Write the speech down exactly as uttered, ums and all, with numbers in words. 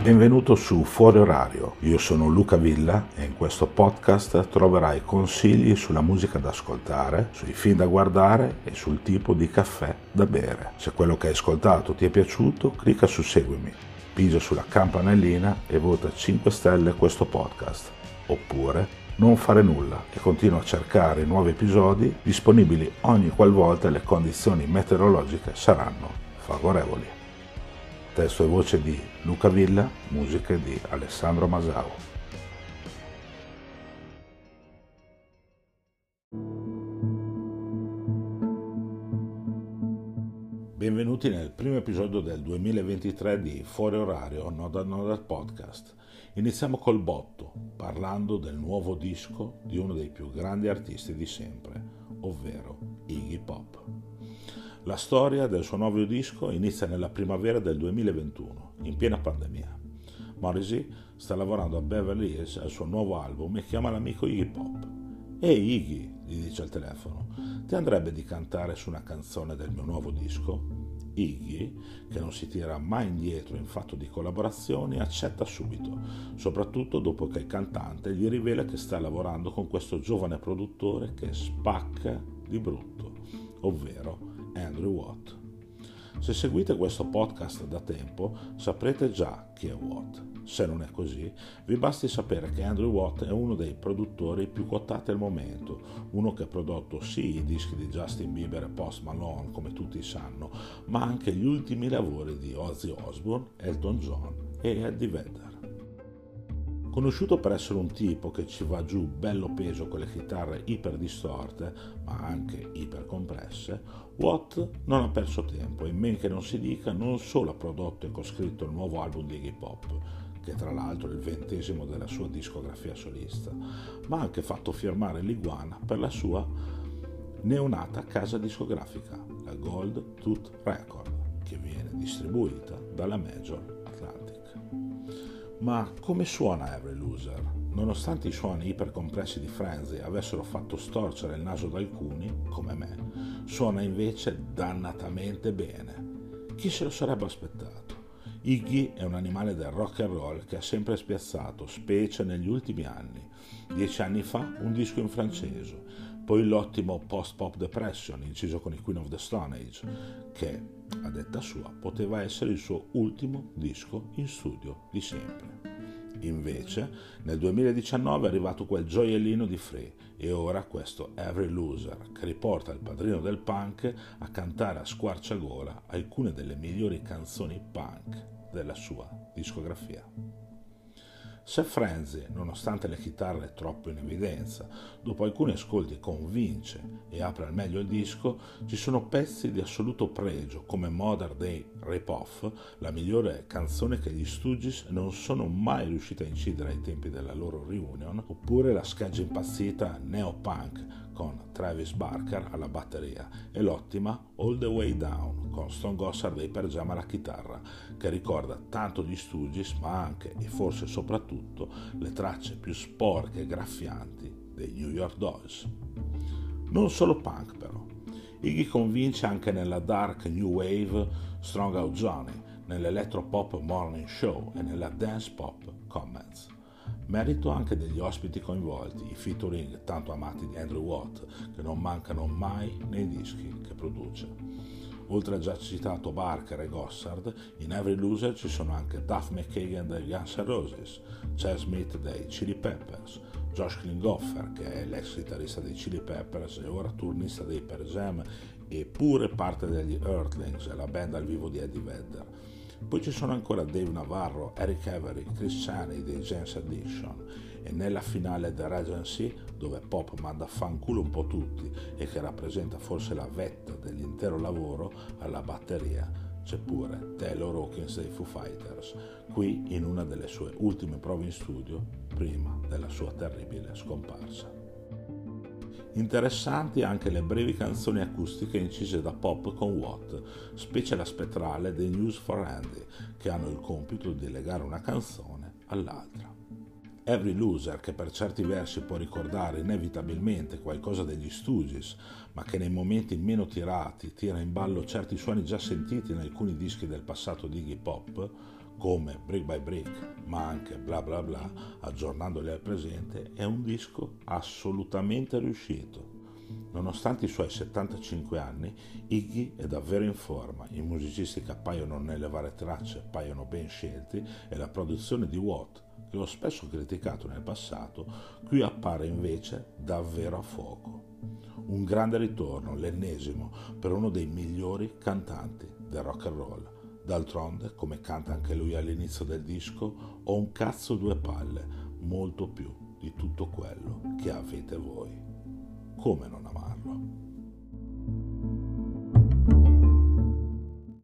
Benvenuto su Fuori Orario, io sono Luca Villa e in questo podcast troverai consigli sulla musica da ascoltare, sui film da guardare e sul tipo di caffè da bere. Se quello che hai ascoltato ti è piaciuto, clicca su Seguimi, pigia sulla campanellina e vota cinque stelle questo podcast. Oppure non fare nulla e continua a cercare nuovi episodi disponibili ogni qualvolta le condizioni meteorologiche saranno favorevoli. Testo e voce di Luca Villa, musiche di Alessandro Masao. Benvenuti nel primo episodio del duemilaventitré di Fuori Orario, Not Another Podcast. Iniziamo col botto, parlando del nuovo disco di uno dei più grandi artisti di sempre, ovvero Iggy Pop. La storia del suo nuovo disco inizia nella primavera del duemilaventuno, in piena pandemia. Morrissey sta lavorando a Beverly Hills al suo nuovo album e chiama l'amico Iggy Pop. «Ehi Iggy», gli dice al telefono, «ti andrebbe di cantare su una canzone del mio nuovo disco?» Iggy, che non si tira mai indietro in fatto di collaborazioni, accetta subito, soprattutto dopo che il cantante gli rivela che sta lavorando con questo giovane produttore che spacca di brutto, ovvero Andrew Watt. Se seguite questo podcast da tempo saprete già chi è Watt. Se non è così, vi basti sapere che Andrew Watt è uno dei produttori più quotati al momento, uno che ha prodotto sì i dischi di Justin Bieber e Post Malone, come tutti sanno, ma anche gli ultimi lavori di Ozzy Osbourne, Elton John e Eddie Vedder. Conosciuto per essere un tipo che ci va giù bello peso con le chitarre iper distorte, ma anche iper compresse, Watt non ha perso tempo e men che non si dica non solo ha prodotto e coscritto il nuovo album di Iggy Pop, che tra l'altro è il ventesimo della sua discografia solista, ma ha anche fatto firmare l'Iguana per la sua neonata casa discografica, la Gold Tooth Record, che viene distribuita dalla Major Atlantic. Ma come suona Every Loser? Nonostante i suoni ipercompressi di Frenzy avessero fatto storcere il naso ad alcuni, come me, suona invece dannatamente bene. Chi se lo sarebbe aspettato? Iggy è un animale del rock and roll che ha sempre spiazzato, specie negli ultimi anni. Dieci anni fa un disco in francese, poi l'ottimo Post-Pop Depression inciso con i Queen of the Stone Age, che, a detta sua, poteva essere il suo ultimo disco in studio di sempre. Invece, nel duemiladiciannove è arrivato quel gioiellino di Free e ora questo Every Loser, che riporta il padrino del punk a cantare a squarciagola alcune delle migliori canzoni punk della sua discografia. Se Frenzy, nonostante le chitarre troppo in evidenza, dopo alcuni ascolti convince e apre al meglio il disco, ci sono pezzi di assoluto pregio come Modern Day Rip-Off, la migliore canzone che gli Stooges non sono mai riusciti a incidere ai tempi della loro reunion, oppure la scheggia impazzita neo-punk con Travis Barker alla batteria e l'ottima All the Way Down con Stone Gossard dei Pearl Jam alla chitarra, che ricorda tanto gli Stooges ma anche e forse soprattutto le tracce più sporche e graffianti dei New York Dolls. Non solo punk però, Iggy convince anche nella dark new wave Strong Out Johnny, nell'electropop Morning Show e nella dance pop Comments. Merito anche degli ospiti coinvolti, i featuring tanto amati di Andrew Watt, che non mancano mai nei dischi che produce. Oltre al già citato Barker e Gossard, in Every Loser ci sono anche Duff McKagan dei Guns N' Roses, Chad Smith dei Chili Peppers, Josh Klinghoffer, che è l'ex chitarrista dei Chili Peppers e ora turnista dei Pearl Jam, e pure parte degli Earthlings, la band dal vivo di Eddie Vedder. Poi ci sono ancora Dave Navarro, Eric Avery, Chris Chaney dei James Addiction e nella finale The Regency, dove Pop manda a fanculo un po' tutti e che rappresenta forse la vetta dell'intero lavoro, alla batteria c'è pure Taylor Hawkins dei Foo Fighters, qui in una delle sue ultime prove in studio prima della sua terribile scomparsa. Interessanti anche le brevi canzoni acustiche incise da Pop con Watt, specie la spettrale dei News for Andy, che hanno il compito di legare una canzone all'altra. Every Loser, che per certi versi può ricordare inevitabilmente qualcosa degli Stooges, ma che nei momenti meno tirati tira in ballo certi suoni già sentiti in alcuni dischi del passato di Iggy Pop, come Brick by Brick, ma anche Bla Bla Bla, aggiornandoli al presente, è un disco assolutamente riuscito. Nonostante i suoi settantacinque anni, Iggy è davvero in forma, i musicisti che appaiono nelle varie tracce appaiono ben scelti e la produzione di Watt, che ho spesso criticato nel passato, qui appare invece davvero a fuoco. Un grande ritorno, l'ennesimo, per uno dei migliori cantanti del rock and roll. D'altronde, come canta anche lui all'inizio del disco, ho un cazzo due palle, molto più di tutto quello che avete voi. Come non amarlo?